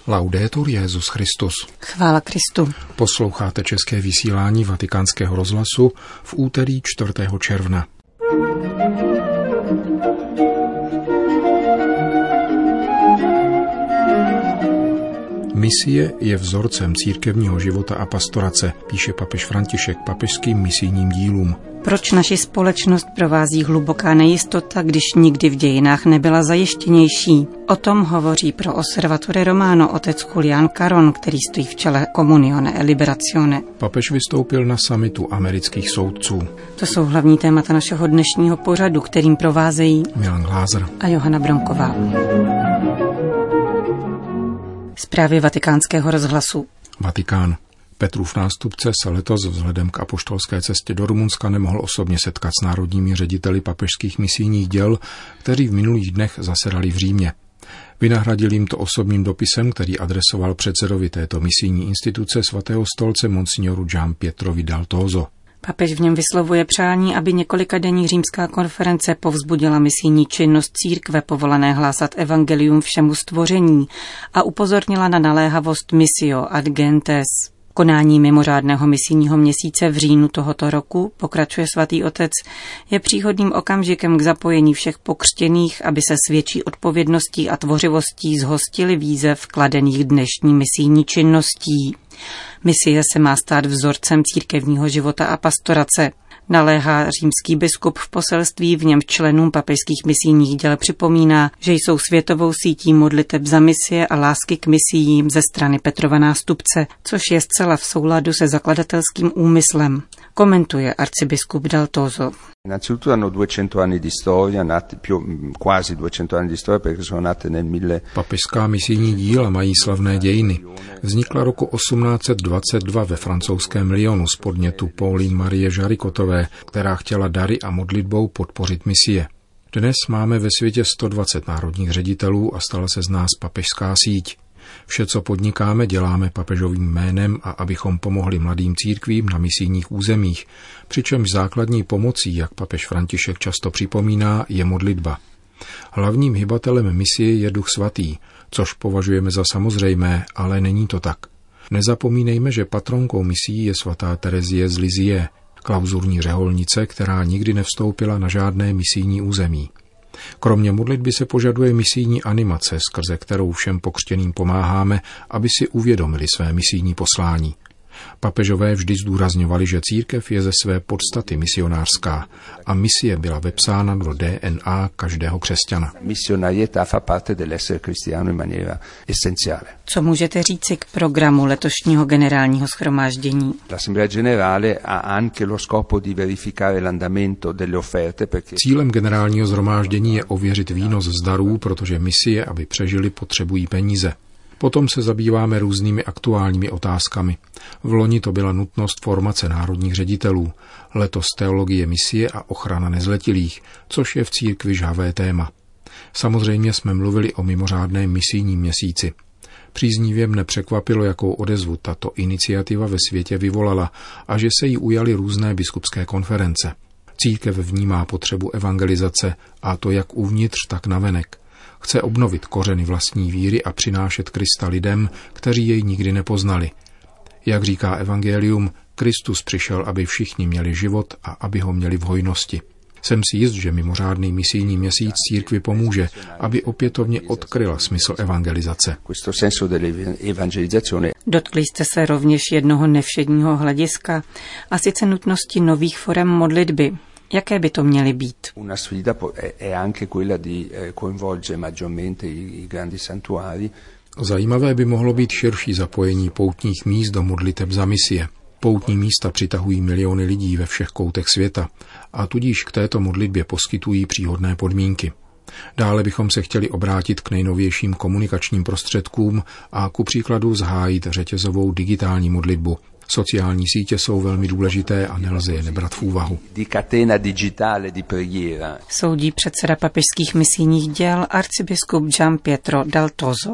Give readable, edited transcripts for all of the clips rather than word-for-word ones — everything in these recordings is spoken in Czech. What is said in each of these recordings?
Laudetur Jesus Christus. Chvála Kristu. Posloucháte české vysílání Vatikánského rozhlasu v úterý 4. června. Misie je vzorcem církevního života a pastorace, píše papež František papežským misijním dílům. Proč naši společnost provází hluboká nejistota, když nikdy v dějinách nebyla zajištěnější? O tom hovoří pro Osservatore Romano otec Julián Caron, který stojí v čele Comunione e Liberazione. Papež vystoupil na summitu amerických soudců. To jsou hlavní témata našeho dnešního pořadu, kterým provázejí Milan Glázer a Johana Bronková. Zprávy Vatikánského rozhlasu. Vatikán. Petrův nástupce se letos vzhledem k apoštolské cestě do Rumunska nemohl osobně setkat s národními řediteli papežských misijních děl, kteří v minulých dnech zasedali v Římě. Vynahradil jim to osobním dopisem, který adresoval předsedovi této misijní instituce svatého stolce monsignoru Gian Pietrovi dal Toso. Papež v něm vyslovuje přání, aby několikadenní římská konference povzbudila misijní činnost církve povolané hlásat evangelium všemu stvoření a upozornila na naléhavost missio ad gentes. Konání mimořádného misijního měsíce v říjnu tohoto roku, pokračuje svatý otec, je příhodným okamžikem k zapojení všech pokřtěných, aby se s větší odpovědností a tvořivostí zhostili výzev kladených dnešní misijní činností. Misie se má stát vzorcem církevního života a pastorace. Naléhá římský biskup v poselství, v něm členům papežských misijních děl připomíná, že jsou světovou sítí modliteb za misie a lásky k misiím ze strany Petrova nástupce, což je zcela v souladu se zakladatelským úmyslem, komentuje arcibiskup dal Toso. Innanzitutto hanno 200 anni di storia, quasi 200 anni di storia perché sono nate nel 1000. Papežská misijní díla mají slavné dějiny. Vznikla roku 1822 ve francouzském Lyonu z podnětu Pauline Marie Jaricotové, která chtěla dary a modlitbou podpořit misie. Dnes máme ve světě 120 národních ředitelů a stala se z nás papežská síť. Vše, co podnikáme, děláme papežovým jménem a abychom pomohli mladým církvím na misijních územích, přičemž základní pomocí, jak papež František často připomíná, je modlitba. Hlavním hybatelem misie je Duch svatý, což považujeme za samozřejmé, ale není to tak. Nezapomínejme, že patronkou misií je svatá Terezie z Lisie, klauzurní řeholnice, která nikdy nevstoupila na žádné misijní území. Kromě modlitby se požaduje misijní animace, skrze kterou všem pokřtěným pomáháme, aby si uvědomili své misijní poslání. Papežové vždy zdůrazňovali, že církev je ze své podstaty misionářská a misie byla vepsána do DNA každého křesťana. Co můžete říci k programu letošního generálního shromáždění? Cílem generálního shromáždění je ověřit výnos z darů, protože misie, aby přežili, potřebují peníze. Potom se zabýváme různými aktuálními otázkami. V loni to byla nutnost formace národních ředitelů, letos teologie misie a ochrana nezletilých, což je v církvi žhavé téma. Samozřejmě jsme mluvili o mimořádném misijním měsíci. Příznivě mne překvapilo, jakou odezvu tato iniciativa ve světě vyvolala a že se jí ujaly různé biskupské konference. Církev vnímá potřebu evangelizace, a to jak uvnitř, tak navenek. Chce obnovit kořeny vlastní víry a přinášet Krista lidem, kteří jej nikdy nepoznali. Jak říká evangelium, Kristus přišel, aby všichni měli život a aby ho měli v hojnosti. Jsem si jist, že mimořádný misijní měsíc církvi pomůže, aby opětovně odkryla smysl evangelizace. Dotkli jste se rovněž jednoho nevšedního hlediska, a sice nutnosti nových forem modlitby. Jaké by to měly být? Zajímavé by mohlo být širší zapojení poutních míst do modliteb za misie. Poutní místa přitahují miliony lidí ve všech koutech světa a tudíž k této modlitbě poskytují příhodné podmínky. Dále bychom se chtěli obrátit k nejnovějším komunikačním prostředkům a ku příkladu zahájit řetězovou digitální modlitbu. Sociální sítě jsou velmi důležité a nelze je nebrat v úvahu. Soudí předseda papežských misijních děl arcibiskup Gian Pietro dal Toso.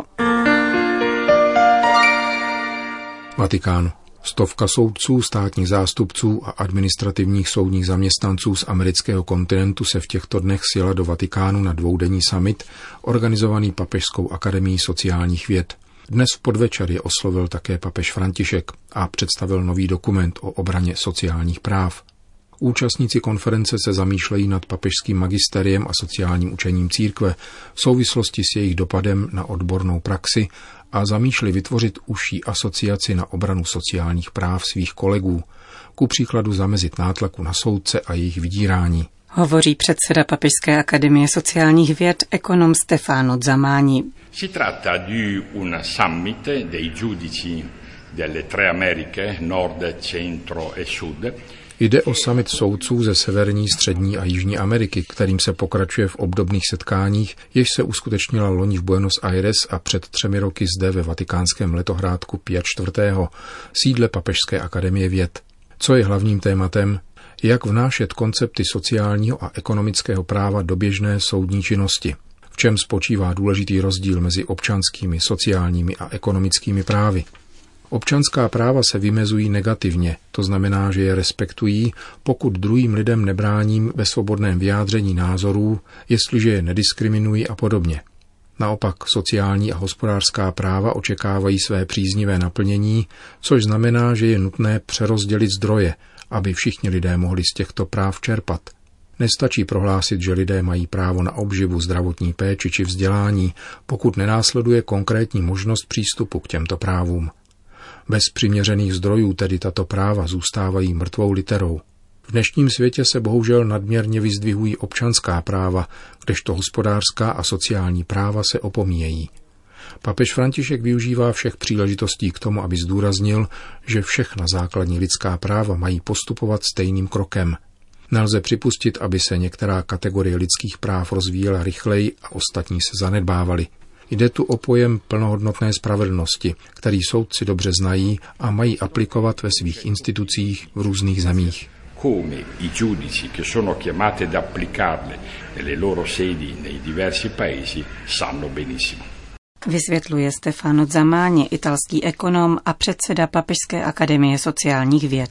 Vatikán. Stovka soudců, státních zástupců a administrativních soudních zaměstnanců z amerického kontinentu se v těchto dnech sjela do Vatikánu na dvoudenní summit, organizovaný Papežskou akademií sociálních věd. Dnes v podvečer je oslovil také papež František a představil nový dokument o obraně sociálních práv. Účastníci konference se zamýšlejí nad papežským magisteriem a sociálním učením církve v souvislosti s jejich dopadem na odbornou praxi a zamýšlí vytvořit užší asociaci na obranu sociálních práv svých kolegů, ku příkladu zamezit nátlaku na soudce a jejich vydírání. Hovoří předseda Papežské akademie sociálních věd ekonom Stefano Zamani. Si tratta di un summit dei giudici delle tre Americhe, Nord, Centro e Sud. Jde o summit soudců ze Severní, Střední a Jižní Ameriky, kterým se pokračuje v obdobných setkáních, jež se uskutečnila loni v Buenos Aires a před 3 roky zde ve vatikánském letohrádku Pia IV., sídle Papežské akademie věd. Co je hlavním tématem? Jak vnášet koncepty sociálního a ekonomického práva do běžné soudní činnosti? V čem spočívá důležitý rozdíl mezi občanskými, sociálními a ekonomickými právy? Občanská práva se vymezují negativně, to znamená, že je respektují, pokud druhým lidem nebráním ve svobodném vyjádření názorů, jestliže je nediskriminují a podobně. Naopak sociální a hospodářská práva očekávají své příznivé naplnění, což znamená, že je nutné přerozdělit zdroje, aby všichni lidé mohli z těchto práv čerpat. Nestačí prohlásit, že lidé mají právo na obživu, zdravotní péči či vzdělání, pokud nenásleduje konkrétní možnost přístupu k těmto právům. Bez přiměřených zdrojů tedy tato práva zůstávají mrtvou literou. V dnešním světě se bohužel nadměrně vyzdvihují občanská práva, kdežto hospodářská a sociální práva se opomíjejí. Papež František využívá všech příležitostí k tomu, aby zdůraznil, že všechna základní lidská práva mají postupovat stejným krokem. Nelze připustit, aby se některá kategorie lidských práv rozvíjela rychleji a ostatní se zanedbávaly. Jde tu o pojem plnohodnotné spravedlnosti, který soudci dobře znají a mají aplikovat ve svých institucích v různých zemích. Come i giudici che sono chiamati ad applicarle nelle loro sedi nei diversi paesi sanno benissimo. Vysvětluje Stefano Zamani, italský ekonom a předseda Papežské akademie sociálních věd.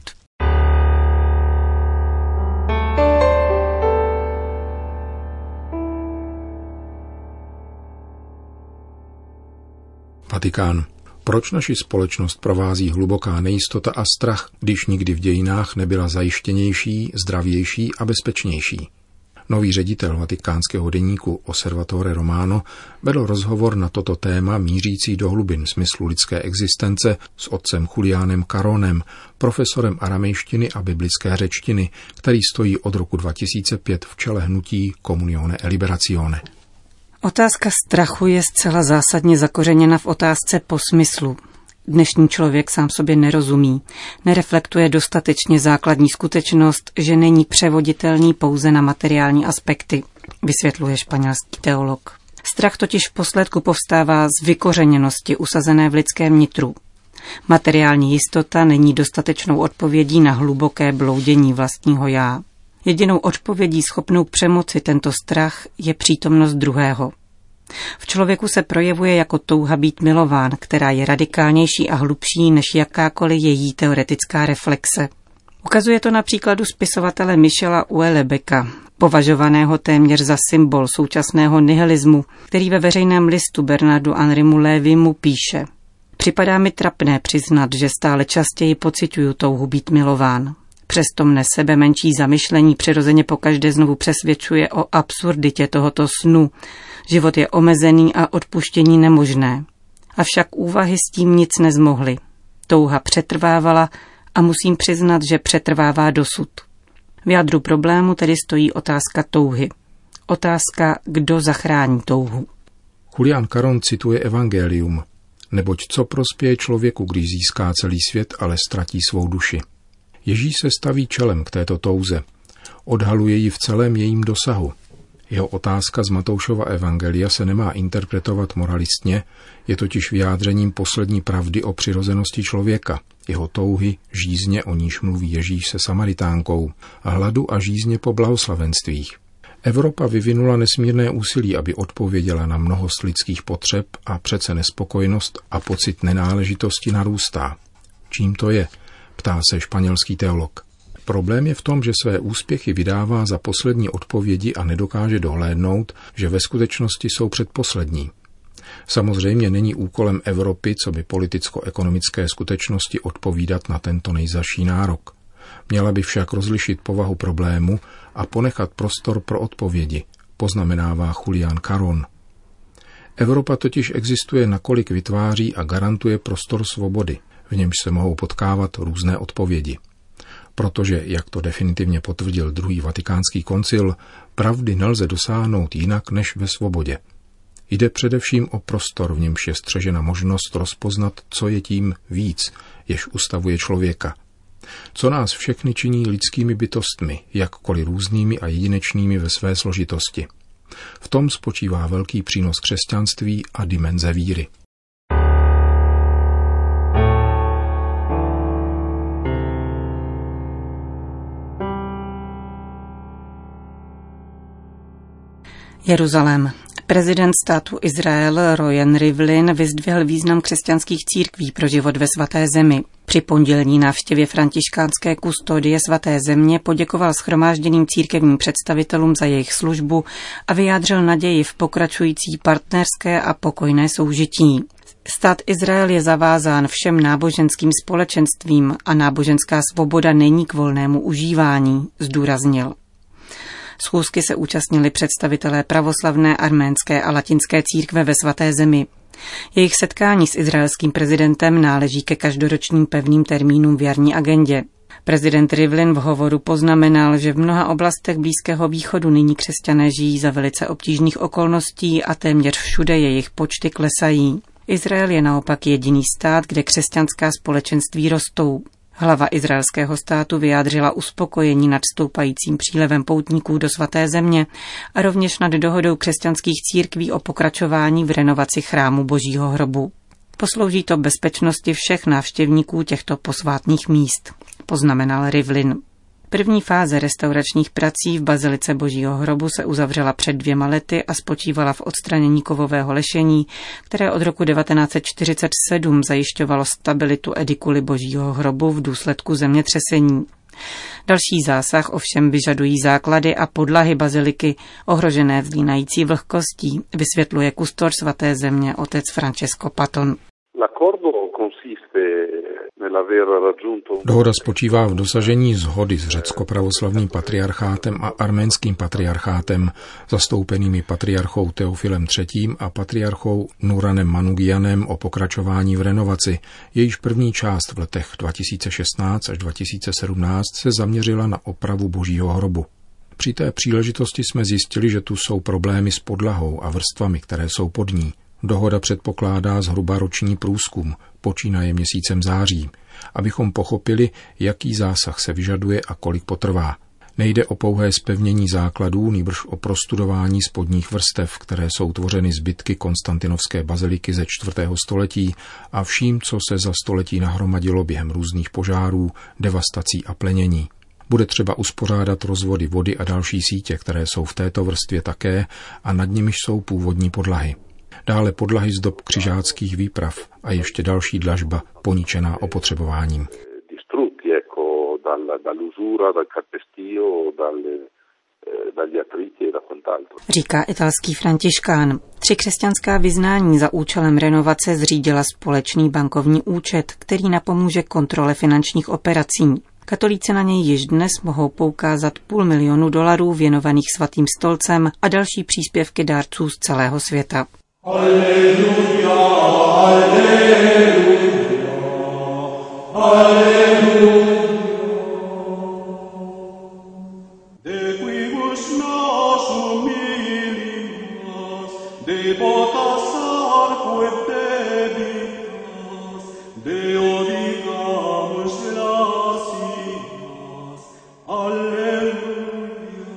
Vatikán. Proč naši společnost provází hluboká nejistota a strach, když nikdy v dějinách nebyla zajištěnější, zdravější a bezpečnější? Nový ředitel vatikánského deníku Osservatore Romano vedl rozhovor na toto téma mířící do hlubin smyslu lidské existence s otcem Julianem Caronem, profesorem aramejštiny a biblické řečtiny, který stojí od roku 2005 v čele hnutí Comunione e Liberazione. Otázka strachu je zcela zásadně zakořeněna v otázce po smyslu. Dnešní člověk sám sobě nerozumí, nereflektuje dostatečně základní skutečnost, že není převoditelný pouze na materiální aspekty, vysvětluje španělský teolog. Strach totiž v posledku povstává z vykořeněnosti usazené v lidském nitru. Materiální jistota není dostatečnou odpovědí na hluboké bloudění vlastního já. Jedinou odpovědí schopnou přemoci tento strach je přítomnost druhého. V člověku se projevuje jako touha být milován, která je radikálnější a hlubší než jakákoliv její teoretická reflexe. Ukazuje to na příkladu spisovatele Michela Houellebecqa, považovaného téměř za symbol současného nihilismu, který ve veřejném listu Bernardu Henrimu Lévymu píše: Připadá mi trapné přiznat, že stále častěji pociťuju touhu být milován. Přesto mne sebe menší zamyšlení přirozeně pokaždé znovu přesvědčuje o absurditě tohoto snu. Život je omezený a odpuštění nemožné. Avšak úvahy s tím nic nezmohly. Touha přetrvávala a musím přiznat, že přetrvává dosud. V jádru problému tedy stojí otázka touhy. Otázka, kdo zachrání touhu. Julian Caron cituje evangelium. Neboť co prospěje člověku, když získá celý svět, ale ztratí svou duši. Ježíš se staví čelem k této touze. Odhaluje ji v celém jejím dosahu. Jeho otázka z Matoušova evangelia se nemá interpretovat moralistně, je totiž vyjádřením poslední pravdy o přirozenosti člověka, jeho touhy, žízně, o níž mluví Ježíš se Samaritánkou, a hladu a žízně po blahoslavenstvích. Evropa vyvinula nesmírné úsilí, aby odpověděla na mnohost lidských potřeb a přece nespokojenost a pocit nenáležitosti narůstá. Čím to je? Ptá se španělský teolog. Problém je v tom, že své úspěchy vydává za poslední odpovědi a nedokáže dohlédnout, že ve skutečnosti jsou předposlední. Samozřejmě není úkolem Evropy, co by politicko-ekonomické skutečnosti, odpovídat na tento nejzazší nárok. Měla by však rozlišit povahu problému a ponechat prostor pro odpovědi, poznamenává Julián Caron. Evropa totiž existuje, nakolik vytváří a garantuje prostor svobody, v němž se mohou potkávat různé odpovědi. Protože, jak to definitivně potvrdil druhý vatikánský koncil, pravdy nelze dosáhnout jinak než ve svobodě. Jde především o prostor, v němž je střežena možnost rozpoznat, co je tím víc, jež ustavuje člověka. Co nás všechny činí lidskými bytostmi, jakkoliv různými a jedinečnými ve své složitosti. V tom spočívá velký přínos křesťanství a dimenze víry. Jeruzalém. Prezident státu Izrael Reuven Rivlin vyzdvihl význam křesťanských církví pro život ve svaté zemi. Při pondělní návštěvě františkánské kustodie svaté země poděkoval shromážděným církevním představitelům za jejich službu a vyjádřil naději v pokračující partnerské a pokojné soužití. Stát Izrael je zavázán všem náboženským společenstvím a náboženská svoboda není k volnému užívání, zdůraznil. Schůzky se účastnili představitelé pravoslavné, arménské a latinské církve ve svaté zemi. Jejich setkání s izraelským prezidentem náleží ke každoročním pevným termínům v jarní agendě. Prezident Rivlin v hovoru poznamenal, že v mnoha oblastech Blízkého východu nyní křesťané žijí za velice obtížných okolností a téměř všude jejich počty klesají. Izrael je naopak jediný stát, kde křesťanská společenství rostou. Hlava izraelského státu vyjádřila uspokojení nad stoupajícím přílevem poutníků do svaté země a rovněž nad dohodou křesťanských církví o pokračování v renovaci chrámu Božího hrobu. Poslouží to bezpečnosti všech návštěvníků těchto posvátných míst, poznamenal Rivlin. První fáze restauračních prací v bazilice Božího hrobu se uzavřela před 2 lety a spočívala v odstranění kovového lešení, které od roku 1947 zajišťovalo stabilitu edikuly Božího hrobu v důsledku zemětřesení. Další zásah ovšem vyžadují základy a podlahy baziliky, ohrožené vzlínající vlhkostí, vysvětluje kustor svaté země otec Francesco Patton. Dohoda spočívá v dosažení shody s řecko-pravoslavným patriarchátem a arménským patriarchátem, zastoupenými patriarchou Teofilem III. A patriarchou Nuranem Manugianem o pokračování v renovaci. Jejíž první část v letech 2016 až 2017 se zaměřila na opravu Božího hrobu. Při té příležitosti jsme zjistili, že tu jsou problémy s podlahou a vrstvami, které jsou pod ní. Dohoda předpokládá zhruba roční průzkum, počínaje měsícem září, abychom pochopili, jaký zásah se vyžaduje a kolik potrvá. Nejde o pouhé zpevnění základů, nýbrž o prostudování spodních vrstev, které jsou tvořeny zbytky konstantinovské baziliky ze 4. století a vším, co se za století nahromadilo během různých požárů, devastací a plenění. Bude třeba uspořádat rozvody vody a další sítě, které jsou v této vrstvě také a nad nimiž jsou původní podlahy. Dále podlahy z dob křižáckých výprav a ještě další dlažba poničená opotřebováním. Říká italský františkán. 3 křesťanská vyznání za účelem renovace zřídila společný bankovní účet, který napomůže kontrole finančních operací. Katolíci na něj již dnes mohou poukázat $500 000 věnovaných Svatým stolcem a další příspěvky dárců z celého světa. Alleluja, alleluja, alleluja. De quibus nos humilias, de potas arque debitas, de odicamus gracias. Alleluja,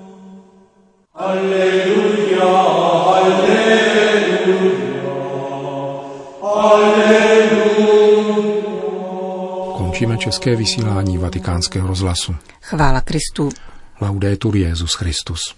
alleluja, alleluja. Končíme české vysílání Vatikánského rozhlasu. Chvála Kristu. Laudetur Jesus Christus.